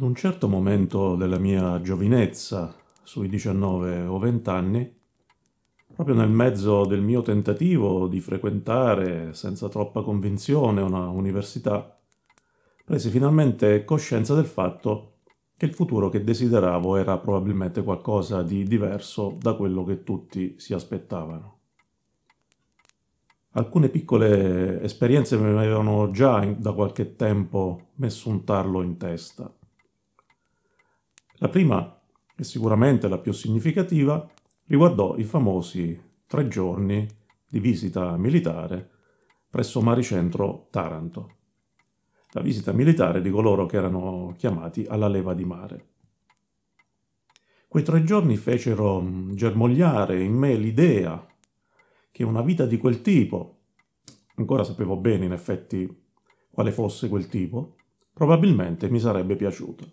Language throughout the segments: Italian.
Ad un certo momento della mia giovinezza, sui 19 o 20 anni, proprio nel mezzo del mio tentativo di frequentare senza troppa convinzione una università, presi finalmente coscienza del fatto che il futuro che desideravo era probabilmente qualcosa di diverso da quello che tutti si aspettavano. Alcune piccole esperienze mi avevano già da qualche tempo messo un tarlo in testa. La prima, e sicuramente la più significativa, riguardò i famosi 3 giorni di visita militare presso Maricentro Taranto, la visita militare di coloro che erano chiamati alla leva di mare. Quei 3 giorni fecero germogliare in me l'idea che una vita di quel tipo, ancora sapevo bene in effetti quale fosse quel tipo, probabilmente mi sarebbe piaciuta.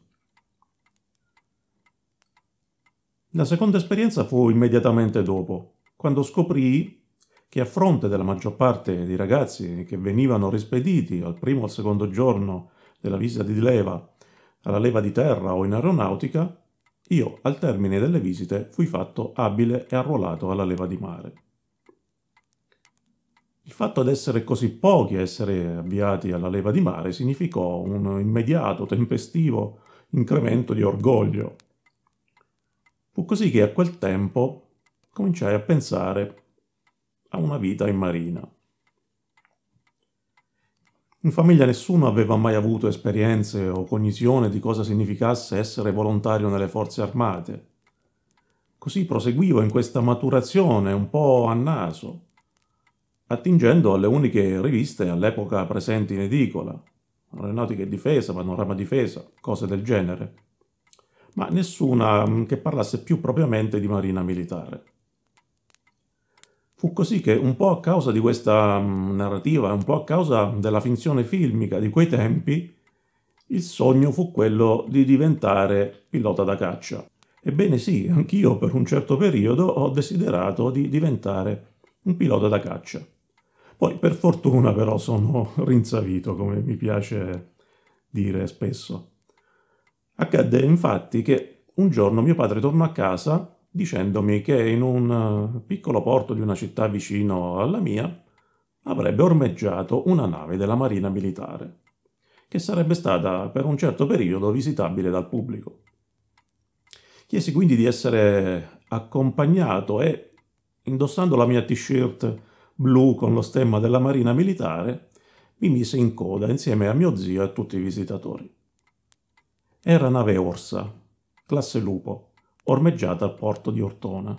La seconda esperienza fu immediatamente dopo, quando scoprii che a fronte della maggior parte dei ragazzi che venivano rispediti al primo o al secondo giorno della visita di leva, alla leva di terra o in aeronautica, io al termine delle visite fui fatto abile e arruolato alla leva di mare. Il fatto di essere così pochi a essere avviati alla leva di mare significò un immediato, tempestivo incremento di orgoglio. Fu così che a quel tempo cominciai a pensare a una vita in marina. In famiglia nessuno aveva mai avuto esperienze o cognizione di cosa significasse essere volontario nelle forze armate. Così proseguivo in questa maturazione un po' a naso, attingendo alle uniche riviste all'epoca presenti in edicola, Aeronautica e Difesa, Panorama Difesa, cose del genere, ma nessuna che parlasse più propriamente di marina militare. Fu così che, un po' a causa di questa narrativa, un po' a causa della finzione filmica di quei tempi, il sogno fu quello di diventare pilota da caccia. Ebbene sì, anch'io per un certo periodo ho desiderato di diventare un pilota da caccia. Poi per fortuna però sono rinsavito, come mi piace dire spesso. Accadde infatti che un giorno mio padre tornò a casa dicendomi che in un piccolo porto di una città vicino alla mia avrebbe ormeggiato una nave della Marina Militare, che sarebbe stata per un certo periodo visitabile dal pubblico. Chiesi quindi di essere accompagnato e, indossando la mia t-shirt blu con lo stemma della Marina Militare, mi mise in coda insieme a mio zio e a tutti i visitatori. Era nave Orsa, classe Lupo, ormeggiata al porto di Ortona.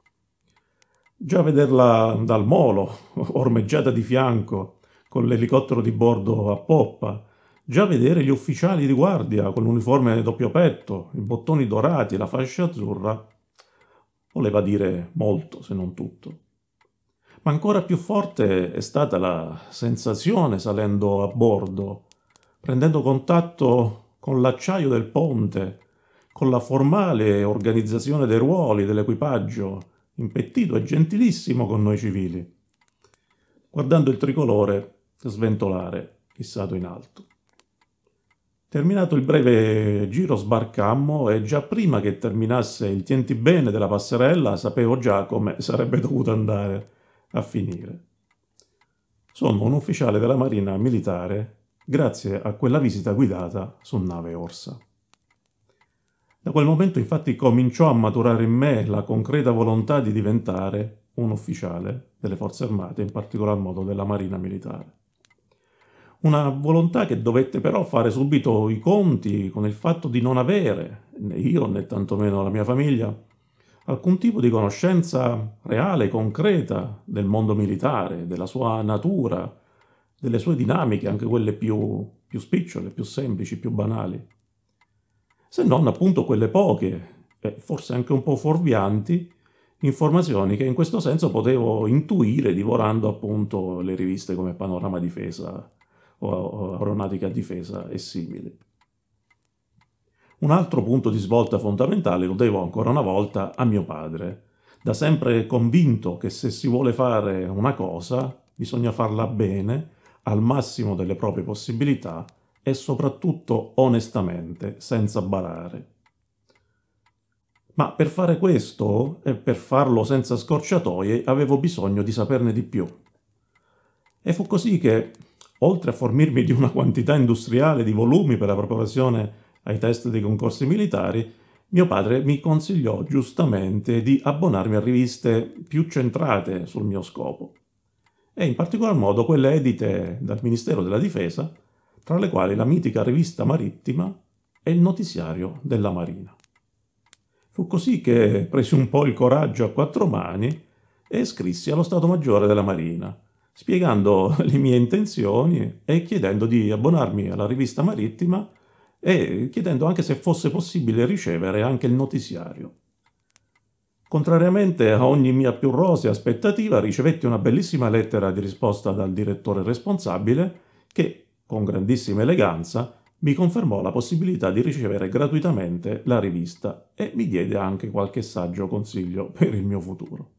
Già vederla dal molo, ormeggiata di fianco, con l'elicottero di bordo a poppa, già vedere gli ufficiali di guardia con l'uniforme doppio petto, i bottoni dorati e la fascia azzurra, voleva dire molto, se non tutto. Ma ancora più forte è stata la sensazione salendo a bordo, prendendo contatto con l'acciaio del ponte, con la formale organizzazione dei ruoli dell'equipaggio, impettito e gentilissimo con noi civili, guardando il tricolore sventolare fissato in alto. Terminato il breve giro sbarcammo e già prima che terminasse il tienti bene della passerella sapevo già come sarebbe dovuto andare a finire. Sono un ufficiale della Marina Militare grazie a quella visita guidata su nave Orsa. Da quel momento infatti cominciò a maturare in me la concreta volontà di diventare un ufficiale delle forze armate, in particolar modo della Marina Militare. Una volontà che dovette però fare subito i conti con il fatto di non avere, né io né tantomeno la mia famiglia, alcun tipo di conoscenza reale, concreta del mondo militare, della sua natura, delle sue dinamiche, anche quelle più spicciole, più semplici, più banali. Se non appunto quelle poche, e forse anche un po' fuorvianti, informazioni che in questo senso potevo intuire divorando appunto le riviste come Panorama Difesa o Aeronautica Difesa e simili. Un altro punto di svolta fondamentale lo devo ancora una volta a mio padre, da sempre convinto che se si vuole fare una cosa bisogna farla bene, al massimo delle proprie possibilità e soprattutto onestamente, senza barare. Ma per fare questo, e per farlo senza scorciatoie, avevo bisogno di saperne di più. E fu così che, oltre a fornirmi di una quantità industriale di volumi per la preparazione ai test dei concorsi militari, mio padre mi consigliò giustamente di abbonarmi a riviste più centrate sul mio scopo, e in particolar modo quelle edite dal Ministero della Difesa, tra le quali la mitica Rivista Marittima e il Notiziario della Marina. Fu così che presi un po' il coraggio a quattro mani e scrissi allo Stato Maggiore della Marina, spiegando le mie intenzioni e chiedendo di abbonarmi alla Rivista Marittima e chiedendo anche se fosse possibile ricevere anche il notiziario. Contrariamente a ogni mia più rosea aspettativa, ricevetti una bellissima lettera di risposta dal direttore responsabile che, con grandissima eleganza, mi confermò la possibilità di ricevere gratuitamente la rivista e mi diede anche qualche saggio consiglio per il mio futuro.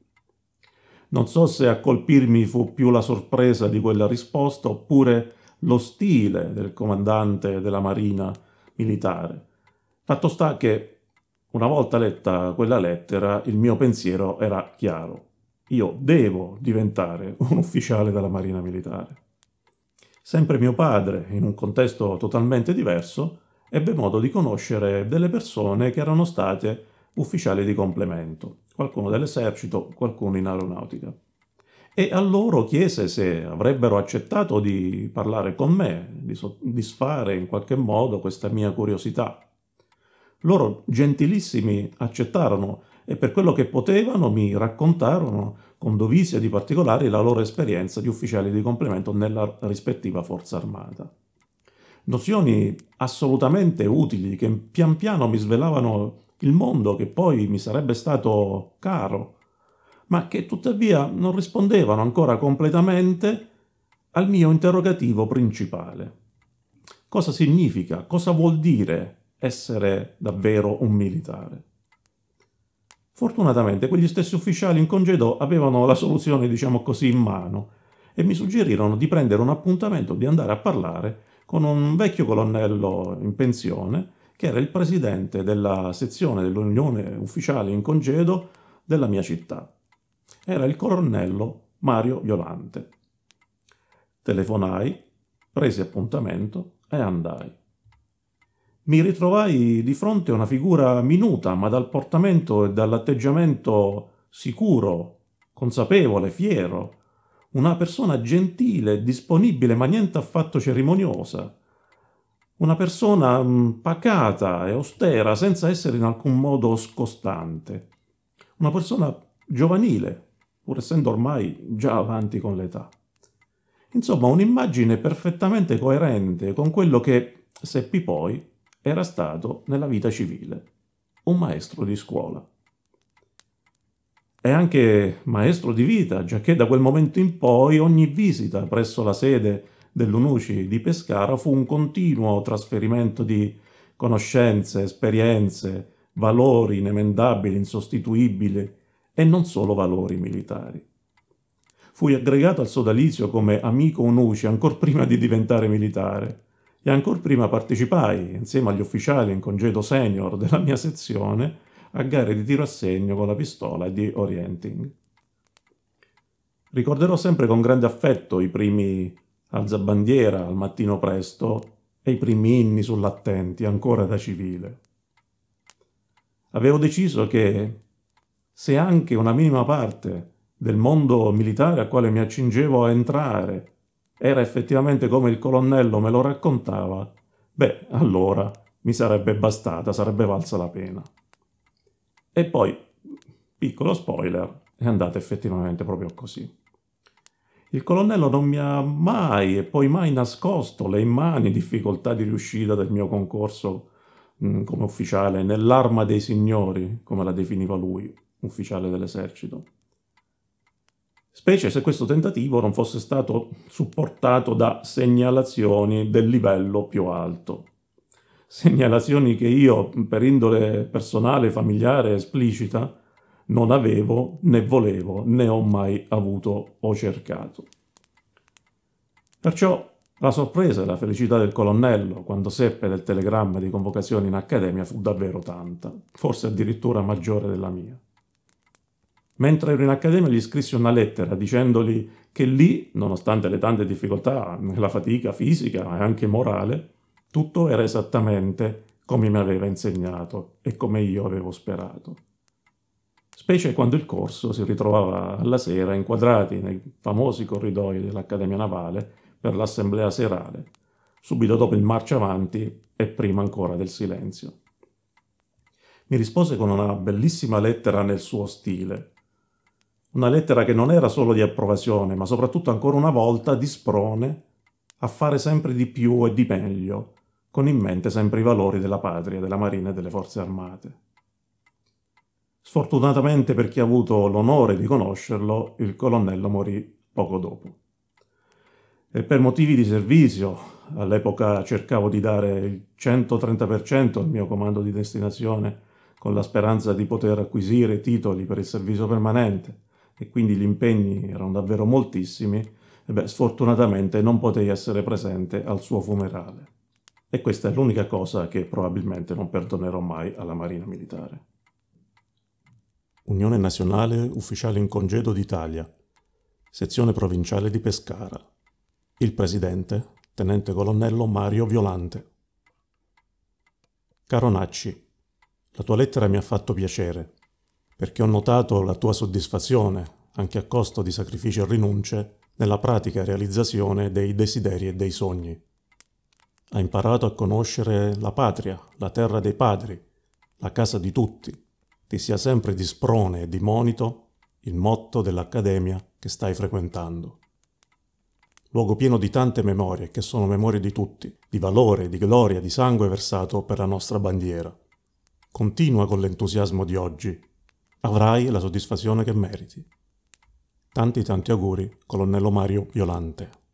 Non so se a colpirmi fu più la sorpresa di quella risposta oppure lo stile del comandante della Marina militare. Fatto sta che, una volta letta quella lettera, il mio pensiero era chiaro. Io devo diventare un ufficiale della Marina militare. Sempre mio padre, in un contesto totalmente diverso, ebbe modo di conoscere delle persone che erano state ufficiali di complemento, qualcuno dell'esercito, qualcuno in aeronautica. E a loro chiese se avrebbero accettato di parlare con me, di soddisfare in qualche modo questa mia curiosità. Loro gentilissimi accettarono e per quello che potevano mi raccontarono con dovizia di particolari la loro esperienza di ufficiali di complemento nella rispettiva forza armata. Nozioni assolutamente utili che pian piano mi svelavano il mondo che poi mi sarebbe stato caro, ma che tuttavia non rispondevano ancora completamente al mio interrogativo principale. Cosa significa? Cosa vuol dire essere davvero un militare? Fortunatamente quegli stessi ufficiali in congedo avevano la soluzione, diciamo così, in mano e mi suggerirono di prendere un appuntamento, di andare a parlare con un vecchio colonnello in pensione che era il presidente della sezione dell'Unione Ufficiali in Congedo della mia città. Era il colonnello Mario Violante. Telefonai, presi appuntamento e andai. Mi ritrovai di fronte a una figura minuta, ma dal portamento e dall'atteggiamento sicuro, consapevole, fiero, una persona gentile, disponibile, ma niente affatto cerimoniosa, una persona pacata e austera, senza essere in alcun modo scostante, una persona giovanile, pur essendo ormai già avanti con l'età. Insomma, un'immagine perfettamente coerente con quello che seppi poi era stato nella vita civile, un maestro di scuola. E anche maestro di vita, giacché da quel momento in poi ogni visita presso la sede dell'UNUCI di Pescara fu un continuo trasferimento di conoscenze, esperienze, valori inemendabili, insostituibili e non solo valori militari. Fui aggregato al sodalizio come amico UNUCI ancor prima di diventare militare e ancor prima partecipai, insieme agli ufficiali in congedo senior della mia sezione, a gare di tiro a segno con la pistola e di orienting. Ricorderò sempre con grande affetto i primi alzabandiera al mattino presto e i primi inni sull'attenti ancora da civile. Avevo deciso che se anche una minima parte del mondo militare al quale mi accingevo a entrare era effettivamente come il colonnello me lo raccontava, beh, allora mi sarebbe bastata, sarebbe valsa la pena. E poi, piccolo spoiler, è andata effettivamente proprio così. Il colonnello non mi ha mai e poi mai nascosto le immani difficoltà di riuscita del mio concorso come ufficiale nell'arma dei signori, come la definiva lui, ufficiale dell'esercito. Specie se questo tentativo non fosse stato supportato da segnalazioni del livello più alto. Segnalazioni che io, per indole personale, familiare, esplicita, non avevo, né volevo, né ho mai avuto o cercato. Perciò La sorpresa e la felicità del colonnello quando seppe del telegramma di convocazione in accademia fu davvero tanta, forse addirittura maggiore della mia. Mentre ero in accademia gli scrissi una lettera dicendogli che lì, nonostante le tante difficoltà, la fatica fisica e anche morale, tutto era esattamente come mi aveva insegnato e come io avevo sperato. Specie quando il corso si ritrovava alla sera inquadrati nei famosi corridoi dell'Accademia Navale per l'assemblea serale, subito dopo il marcia avanti e prima ancora del silenzio. Mi rispose con una bellissima lettera nel suo stile. Una lettera che non era solo di approvazione, ma soprattutto ancora una volta di sprone a fare sempre di più e di meglio, con in mente sempre i valori della patria, della Marina e delle Forze Armate. Sfortunatamente per chi ha avuto l'onore di conoscerlo, il colonnello morì poco dopo. E per motivi di servizio, all'epoca cercavo di dare il 130% al mio comando di destinazione, con la speranza di poter acquisire titoli per il servizio permanente, e quindi gli impegni erano davvero moltissimi, e sfortunatamente non potei essere presente al suo funerale. E questa è l'unica cosa che probabilmente non perdonerò mai alla Marina Militare. Unione Nazionale Ufficiali in Congedo d'Italia, sezione provinciale di Pescara. Il presidente, tenente colonnello Mario Violante. Caro Nacci, la tua lettera mi ha fatto piacere, perché ho notato la tua soddisfazione, anche a costo di sacrifici e rinunce, nella pratica realizzazione dei desideri e dei sogni. Hai imparato a conoscere la patria, la terra dei padri, la casa di tutti. Ti sia sempre di sprone e di monito il motto dell'Accademia che stai frequentando. Luogo pieno di tante memorie, che sono memorie di tutti, di valore, di gloria, di sangue versato per la nostra bandiera. Continua con l'entusiasmo di oggi. Avrai la soddisfazione che meriti. Tanti auguri, colonnello Mario Violante.